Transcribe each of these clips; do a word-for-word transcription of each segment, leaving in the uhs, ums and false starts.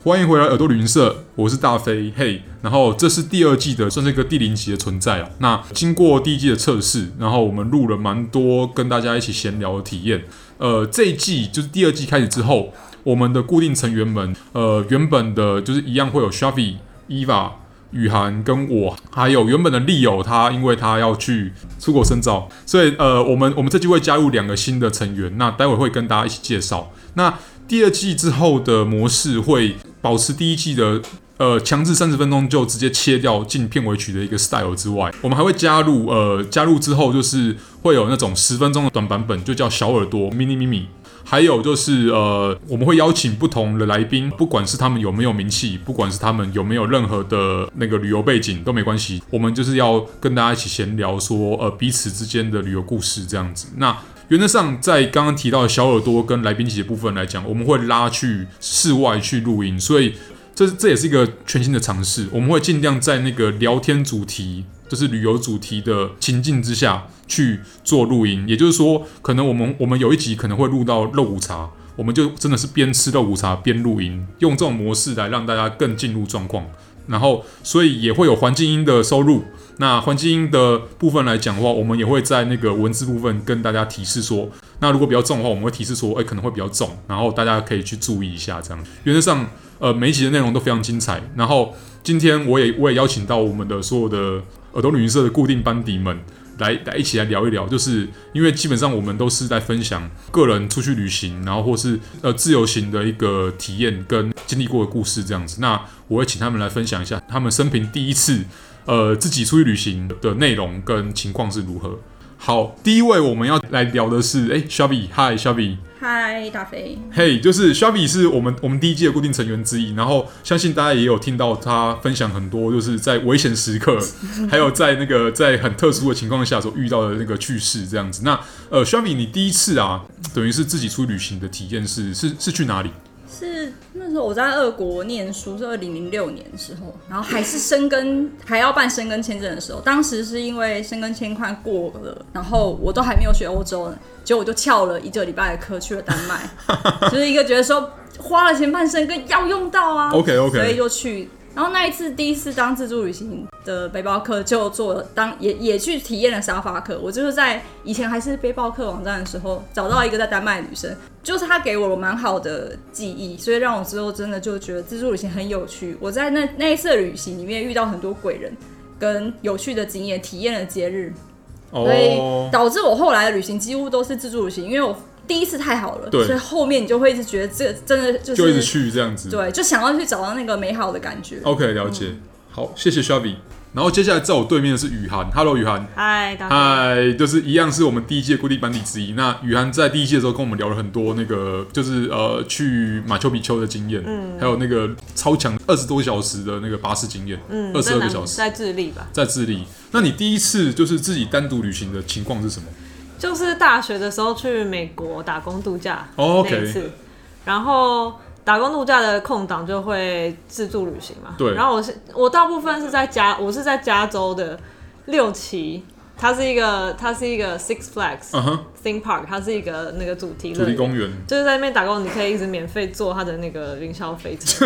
欢迎回来耳朵旅行社，我是大飞，嘿、hey 。然后这是第二季的，算是一个第零集的存在啊。那经过第一季的测试，然后我们录了蛮多跟大家一起闲聊的体验。呃，这一季就是第二季开始之后，我们的固定成员们，呃，原本的就是一样会有 Shavi、Eva、雨涵跟我，还有原本的利友，他因为他要去出国深造，所以呃，我们我们这季会加入两个新的成员，那待会会跟大家一起介绍。那第二季之后的模式会保持第一季的呃强制三十分钟就直接切掉进片尾曲的一个 style 之外，我们还会加入呃加入之后就是会有那种十分钟的短版本，就叫小耳朵 mini mini。还有就是呃，我们会邀请不同的来宾，不管是他们有没有名气，不管是他们有没有任何的那个旅游背景都没关系，我们就是要跟大家一起闲聊说呃彼此之间的旅游故事这样子。那原则上，在刚刚提到的小耳朵跟来宾级的部分来讲，我们会拉去室外去录音，所以这这也是一个全新的尝试。我们会尽量在那个聊天主题，就是旅游主题的情境之下去做录音。也就是说，可能我们我们有一集可能会录到肉骨茶，我们就真的是边吃肉骨茶边录音，用这种模式来让大家更进入状况。然后，所以也会有环境音的收入。那环境音的部分来讲的话，我们也会在那个文字部分跟大家提示说，那如果比较重的话，我们会提示说，哎，可能会比较重，然后大家可以去注意一下。这样，原则上，呃，每一集的内容都非常精彩。然后今天我也我也邀请到我们的所有的耳朵旅行社的固定班底们。来来一起来聊一聊，就是因为基本上我们都是在分享个人出去旅行，然后或是呃自由行的一个体验跟经历过的故事这样子。那我会请他们来分享一下他们生平第一次呃自己出去旅行的内容跟情况是如何。好，第一位我们要来聊的是哎 Shavi， Hi Shavi。 嗨，大飞。 嘿、hey, 就是 Shavi 是我们我们第一季的固定成员之一，然后相信大家也有听到他分享很多，就是在危险时刻，还有在那个在很特殊的情况下所遇到的那个趣事这样子。那呃 Shavi 你第一次啊，等于是自己出去旅行的体验是是是去哪里？ 是那时候我在俄国念书，是二零零六年的时候，然后还是申根还要办申根签证的时候，当时是因为申根签快过了，然后我都还没有学欧洲呢，结果我就翘了一个礼拜的课去了丹麦，就是一个觉得说花了钱办申根要用到啊 ，OK OK， 所以就去。然后那一次第一次当自助旅行的背包客，就做了当也也去体验了沙发客。我就是在以前还是背包客网站的时候，找到一个在丹麦的女生，就是她给我了蛮好的记忆，所以让我之后真的就觉得自助旅行很有趣。我在那那一次的旅行里面遇到很多贵人跟有趣的经验，体验了节日，所以导致我后来的旅行几乎都是自助旅行，因为我。第一次太好了，所以后面你就会一直觉得这个真的就是就一直去这样子， 对，就想要去找到那个美好的感觉。 OK， 了解。嗯、好，谢谢 Shavi。然后接下来在我对面的是雨涵 ，Hello 雨涵。 嗨，大家。 嗨，就是一样是我们第一届固定班底之一。那雨涵在第一届的时候跟我们聊了很多那个，就是呃去马丘比丘的经验，嗯，还有那个超强二十多小时的那个巴士经验，嗯，二十二个小时， 在智利吧， 在智利。那你第一次就是自己单独旅行的情况是什么？ 就是大学的时候去美国打工度假那一次， oh, okay. 然后打工度假的空档就会自助旅行嘛。 对。 然后我是我大部分是在加，我是在加州的六旗，它是一个它是一个 Six Flags、uh-huh. Theme Park， 它是一个那个主题主题公园， 就是在那边打工，你可以一直免费坐它的那个云霄飞车。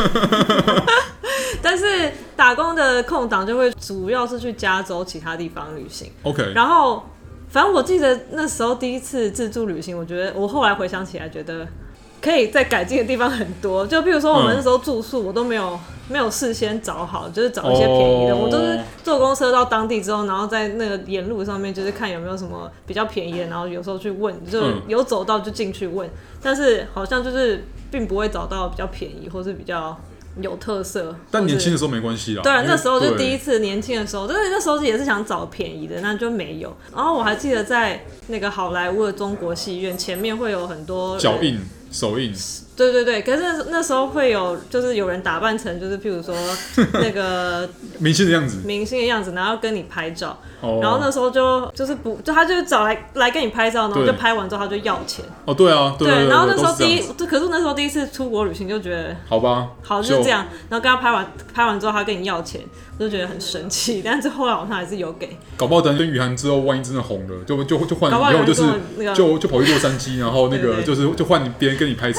但是打工的空档就会主要是去加州其他地方旅行。 OK。 然后。反正我记得那时候第一次自助旅行，我觉得我后来回想起来，觉得可以再改进的地方很多。就比如说我们那时候住宿，我都没有没有事先找好，就是找一些便宜的。Oh. 我都是坐公车到当地之后，然后在那个沿路上面，就是看有没有什么比较便宜的，然后有时候去问，就有走到就进去问。但是好像就是并不会找到比较便宜或是比较。有特色， 但年轻的时候没关系啦。 对，那时候就第一次年轻的时候，但是那时候也是想找便宜的，那就没有。然后我还记得在那个好莱坞的中国戏院前面会有很多脚印、手印。 对对对，可是那时候会有，就是有人打扮成就是譬如说那个明星的样子， 明星的样子，然后跟你拍照。 哦、 然后那时候就就是不，就他就找来来跟你拍照，然后就拍完之后他就要钱。 哦，对啊，对, 对, 对, 对。 然后那时候第一，可是那时候第一次出国旅行就觉得， 好吧， 好就是这样。然后跟他拍完拍完之后，他跟你要钱，我就觉得很生气。但是后来好像还是有给。 搞不好等跟雨涵之后，万一真的红了，就就就换以后就是、那個、就就跑去洛杉矶，然后那个就是就换别人跟你拍照，然后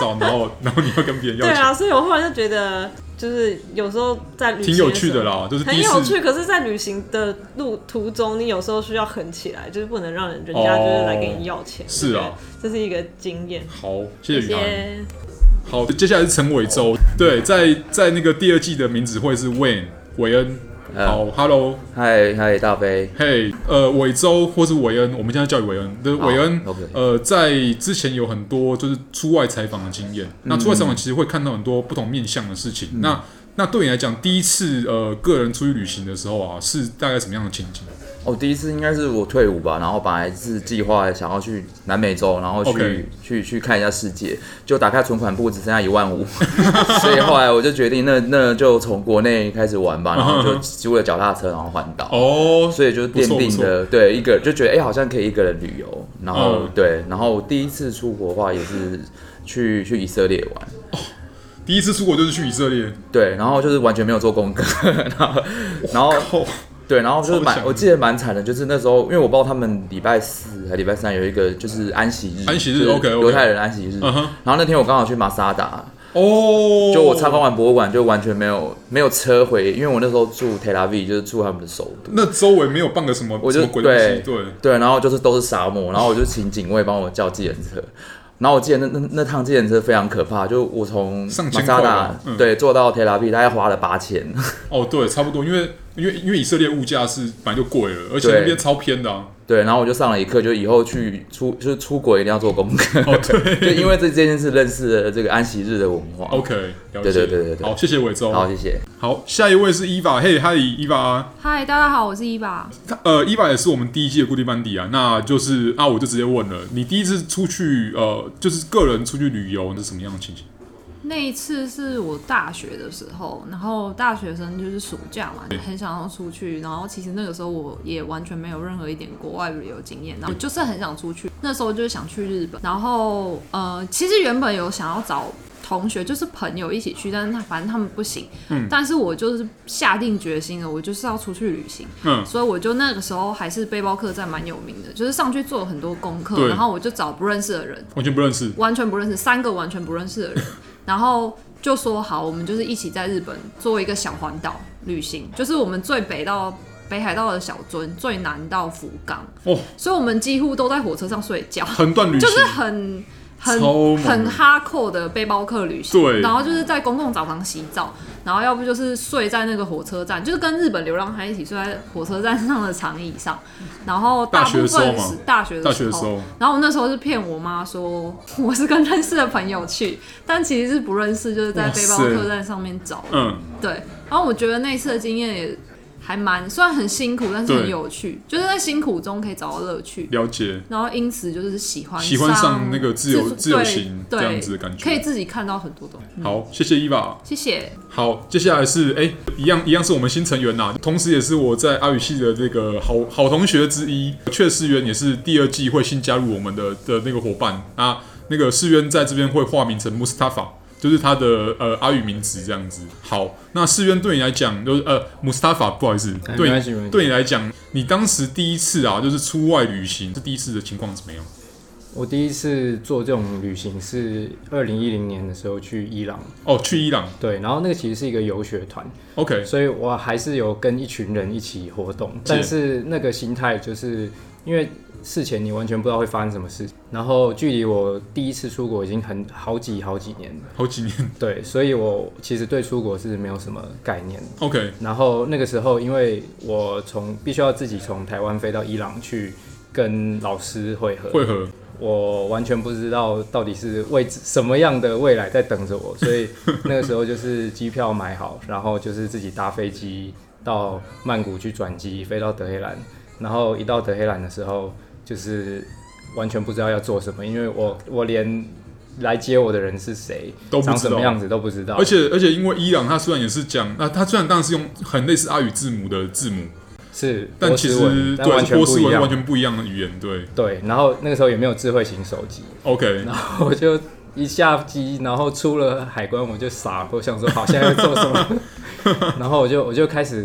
要，然后你要跟别人要钱。 对啊，所以我后来就觉得，就是有时候在旅行挺有趣的啦，就是第一次很有趣。可是，在旅行的路途中，你有时候需要狠起来，就是不能让人人家就是来跟你要钱。 哦、是啊， 这是一个经验。 好，谢谢雨涵。好，接下来是陈伟洲，对，在在那个第二季的名字会是 Wayne 韦恩。好 ，Hello， 嗨嗨，大飞， 嘿，呃，伟洲或是韦恩，我们现在叫你韦恩。对，韦恩， okay. 呃，在之前有很多就是出外采访的经验。那出外采访其实会看到很多不同面向的事情。嗯、那那对你来讲，第一次呃个人出去旅行的时候啊，是大概什么样的情景？ 哦，第一次应该是我退伍吧，然后本来是计划想要去南美洲，然后去、okay. 去去看一下世界，就打开存款簿只剩下一万五，所以后来我就决定那那就从国内开始玩吧，然后就租了脚踏车，然后环岛。哦，所以就奠定的对一个就觉得哎、欸、好像可以一个人旅游，然后、嗯、对，然后第一次出国的话也是去去以色列玩。 哦，第一次出国就是去以色列。 对，然后就是完全没有做功课，然后然后。对，然后就是蛮，我记得蛮惨的，就是那时候，因为我不知道他们礼拜四还礼拜三有一个就是安息日， 安息日 ，OK， 犹太人安息日。Uh-huh. 然后那天我刚好去马萨达，哦，就我参观完博物馆就完全没有没有车回，因为我那时候住 Tel Aviv， 就是住他们的首都， 那周围没有半个什么， 我就什么鬼东西，对对，然后就是都是沙漠，然后我就请警卫帮我叫计程车。然后我记得那那那趟计程车非常可怕，就我从马萨达、嗯、对坐到 Tel Aviv 大概花了八千。 哦，对，差不多，因为因为因为以色列物价是本来就贵了，而且那边超偏的、啊。 对，然后我就上了一课，就以后去出就是出国一定要做功课。 哦，对， 就因为这件事认识了这个安息日的文化。 OK， 了解。 对对对对对。 好，谢谢伟洲。 好，谢谢。 好，下一位是伊娃，嘿，嗨，伊娃。 嗨，大家好，我是伊娃。 呃，伊娃也是我们第一季的固定班底啊。那就是啊，我就直接问了，你第一次出去呃，就是个人出去旅游是什么样的情形？ 那一次是我大学的时候，然后大学生就是暑假嘛，很想要出去，然后其实那个时候我也完全没有任何一点国外旅游经验，然后就是很想出去。那时候就是想去日本，然后呃，其实原本有想要找同学，就是朋友一起去，但是他反正他们不行，嗯，但是我就是下定决心了，我就是要出去旅行，嗯，所以我就那个时候还是背包客栈蛮有名的，就是上去做了很多功课，然后我就找不认识的人， 完全不认识， 完全不认识，三个完全不认识的人。然后就说好，我们就是一起在日本做一个小环岛旅行，就是我们最北到北海道的小樽，最南到福冈。哦，所以我们几乎都在火车上睡觉， 横断旅行， 就是很很很哈扣的背包客旅行。对，然后就是在公共澡堂洗澡，然后要不就是睡在那个火车站，就是跟日本流浪汉一起睡在火车站上的长椅上。然后大部分是大学的时候，然后我那时候是骗我妈说我是跟认识的朋友去，但其实是不认识，就是在背包客栈上面找。嗯，对。然后我觉得那次的经验也还蛮，虽然很辛苦，但是很有趣，就是在辛苦中可以找到乐趣。 了解。然后因此就是喜欢喜欢上那个自由自由行这样子的感觉， 可以自己看到很多东西。 嗯、好，谢谢伊娃， 谢谢。 好，接下来是哎、欸，一样一样是我们新成员呐，同时也是我在阿语系的这个好好同学之一。阙世渊也是第二季会新加入我们的的那个伙伴啊，那个世渊在这边会化名成 Mustafa。就是他的呃阿语名字这样子。好，那世渊对你来讲，就是呃 Mustafa， 不好意思，对对你来讲，你当时第一次啊，就是出外旅行，是第一次的情况怎么样？ 我第一次做这种旅行是二零一零年的时候去伊朗。 哦，去伊朗。 对，然后那个其实是一个游学团。 OK。 所以我还是有跟一群人一起活动，但是那个心态就是因为事前你完全不知道会发生什么事，然后距离我第一次出国已经很好几好几年了， 好几年， 对，所以我其实对出国是没有什么概念。 OK， 然后那个时候，因为我从必须要自己从台湾飞到伊朗去跟老师会合， 会合， 我完全不知道到底是未什么样的未来在等着我，所以那个时候就是机票买好，然后就是自己搭飞机到曼谷去转机，飞到德黑兰，然后一到德黑兰的时候。就是完全不知道要做什么，因为我我连来接我的人是谁，长什么样子都不知道。 而且而且，因为伊朗它虽然也是讲，那它虽然当然是用很类似阿语字母的字母， 是， 但其实对完全不一样， 完全不一样的语言，对对。然后那个时候也没有智慧型手机 ，OK。 然后我就一下机，然后出了海关，我就傻，我想说好，现在要做什么？然后我就我就开始。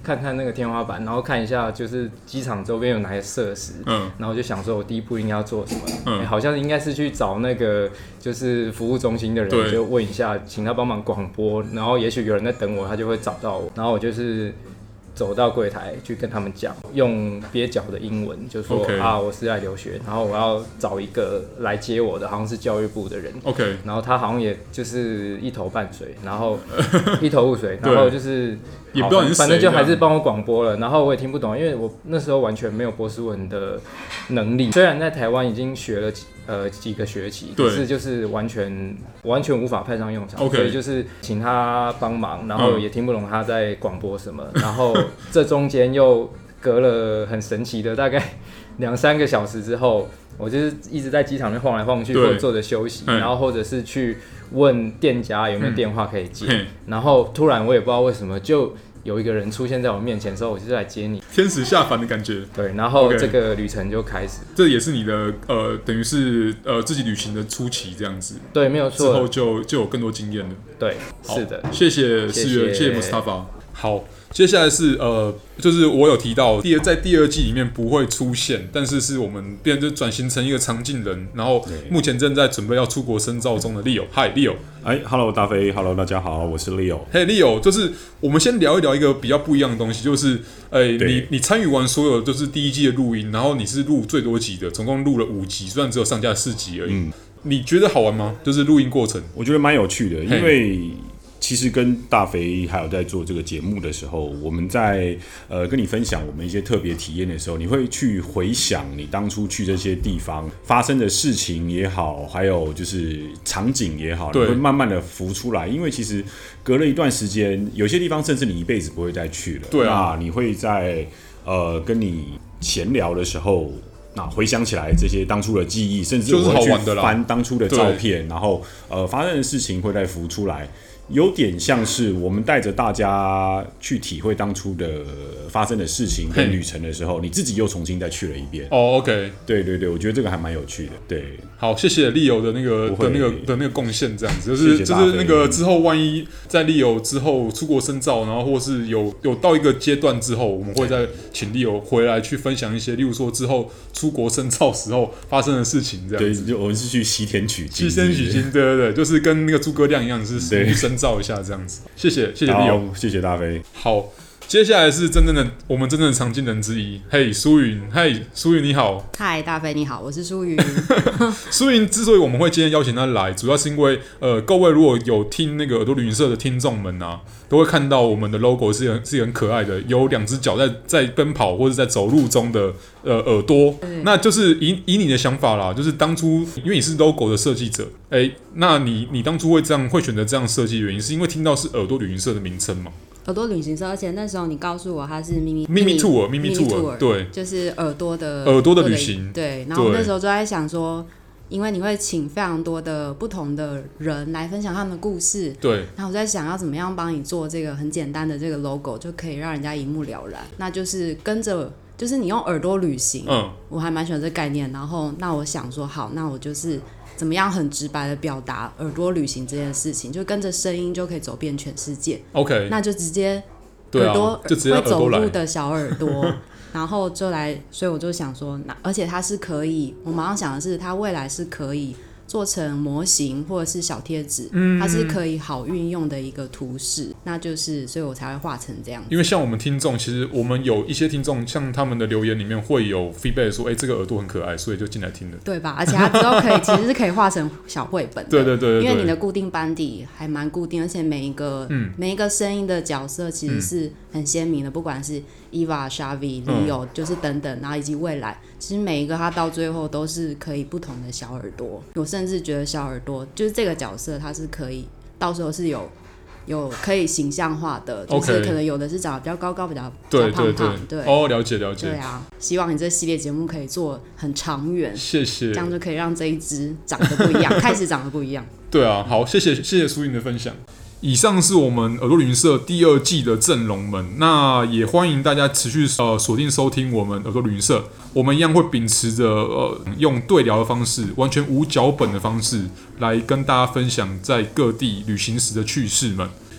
看看那个天花板，然后看一下就是机场周边有哪些设施，嗯，然后就想说我第一步应该要做什么，嗯，欸、好像应该是去找那个就是服务中心的人，就问一下，请他帮忙广播，然后也许有人在等我，他就会找到我，然后我就是走到柜台去跟他们讲，用蹩脚的英文就说、okay. 啊，我是来留学，然后我要找一个来接我的，好像是教育部的人。OK， 然后他好像也就是一头半水，然后一头雾水，然后就是也不知道你是谁， 反正就还是帮我广播了，然后我也听不懂，因为我那时候完全没有波斯文的能力，虽然在台湾已经学了呃几个学期，可是就是完全完全无法派上用场， okay. 所以就是请他帮忙，然后也听不懂他在广播什么，嗯、然后这中间又隔了很神奇的大概两三个小时之后，我就是一直在机场里面晃来晃去，或者坐着休息，然后或者是去问店家有没有电话可以接，嗯、然后突然我也不知道为什么就有一个人出现在我面前的时候，我就是来接你， 天使下凡的感觉。 对，然后这个旅程就开始。 这也是你的呃，等于是呃自己旅行的初期这样子。 对，没有错。 之后就就有更多经验了。 对，是的。 谢谢思源，谢谢 Mustafa。好。接下来是呃，就是我有提到，第二在第二季里面不会出现，但是是我们变就转型成一个常进人，然后目前正在准备要出国深造中的 Leo。Hi Leo， 哎 ，Hello 大飞 ，Hello 大家好，我是 Leo。 嘿、hey, Leo， 就是我们先聊一聊一个比较不一样的东西，就是哎、欸，你你参与完所有就是第一季的录音，然后你是录最多集的，总共录了五集，虽然只有上架四集而已。嗯，你觉得好玩吗？就是录音过程， 我觉得蛮有趣的，因为。其实跟大肥还有在做这个节目的时候，我们在呃跟你分享我们一些特别体验的时候，你会去回想你当初去这些地方发生的事情也好，还有就是场景也好，你会慢慢的浮出来。因为其实隔了一段时间，有些地方甚至你一辈子不会再去了。 对啊， 那你会在呃跟你闲聊的时候。那回想起来这些当初的记忆，甚至我会去翻当初的照片，然后呃发生的事情会再浮出来，有点像是我们带着大家去体会当初的发生的事情跟旅程的时候，你自己又重新再去了一遍。 哦 ，OK， 对对对，我觉得这个还蛮有趣的。对， 好，谢谢 Leo 的那个的那个的那个贡献，这样子就是就是那个之后万一在 Leo 之后出国深造，然后或是有有到一个阶段之后，我们会再请 Leo 回来去分享一些，例如说之后出国深造时候发生的事情，这样子。 对，就我们是去西天取经。 西天取经，对对对，就是跟那个诸葛亮一样，是去深造一下这样子。谢谢谢谢 Leo， 谢谢大飞。 好。接下来是真正的我们真正的常进人之一，嘿，苏云，嘿，苏云你好， 嗨，大飞你好，我是苏云。 苏云之所以我们会今天邀请他来，主要是因为呃，各位如果有听那个耳朵旅行社的听众们啊，都会看到我们的 logo 是很是很可爱的，有两只脚在在奔跑或者在走路中的呃耳朵，那就是以以你的想法啦，就是当初因为你是 logo 的设计者，哎、欸，那你你当初会这样会选择这样设计的原因，是因为听到是耳朵旅行社的名称吗？ 耳朵旅行社，而且那时候你告诉我它是秘密秘密 tour， 秘密 tour， 对， 就是耳朵的耳朵的旅行， 对。然后我那时候就在想说，因为你会请非常多的不同的人来分享他们的故事， 对。 然后我在想要怎么样帮你做这个很简单的这个 logo， 就可以让人家一目了然。那就是跟着，就是你用耳朵旅行，嗯，我还蛮喜欢这个概念。然后，那我想说，好，那我就是怎么样很直白的表达耳朵旅行这件事情，就跟着声音就可以走遍全世界。 OK， 那就直接。耳朵、啊、会走路的小耳朵，然后就来，所以我就想说，而且它是可以，我马上想的是，它未来是可以做成模型或者是小贴纸，嗯，它是可以好运用的一个图示，那就是所以我才会画成这样子。 因为像我们听众，其实我们有一些听众，像他们的留言里面会有 feedback 说，哎、欸，这个耳朵很可爱，所以就进来听了， 对吧？而且它之后可以，其实是可以画成小绘本的， 对对 对, 对， 因为你的固定班底还蛮固定，而且每一个、嗯、每一个声音的角色其实是很鲜明的，不管是 Eva、Shavi、Leo，、嗯、就是等等，然后以及未来，其实每一个它到最后都是可以不同的小耳朵，我甚至觉得小耳朵就是这个角色，它是可以到时候是有有可以形象化的，就是可能有的是长得比较高高，比较比较胖胖，对， 哦，了解了解， 对啊，希望你这系列节目可以做很长远， 谢谢， 这样就可以让这一只长得不一样，开始长得不一样。 对啊，好，谢谢谢谢苏云的分享。以上是我们耳朵旅行社第二季的阵容们，那也欢迎大家持续呃锁定收听我们耳朵旅行社。我们一样会秉持着呃用对聊的方式，完全无脚本的方式来跟大家分享在各地旅行时的趣事们。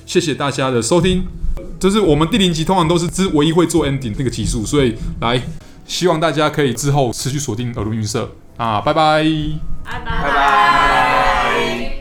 谢谢大家的收听。就是我们第零集通常都是之唯一会做 ending 那个集数，所以来希望大家可以之后持续锁定耳朵云社啊，拜拜， 拜拜。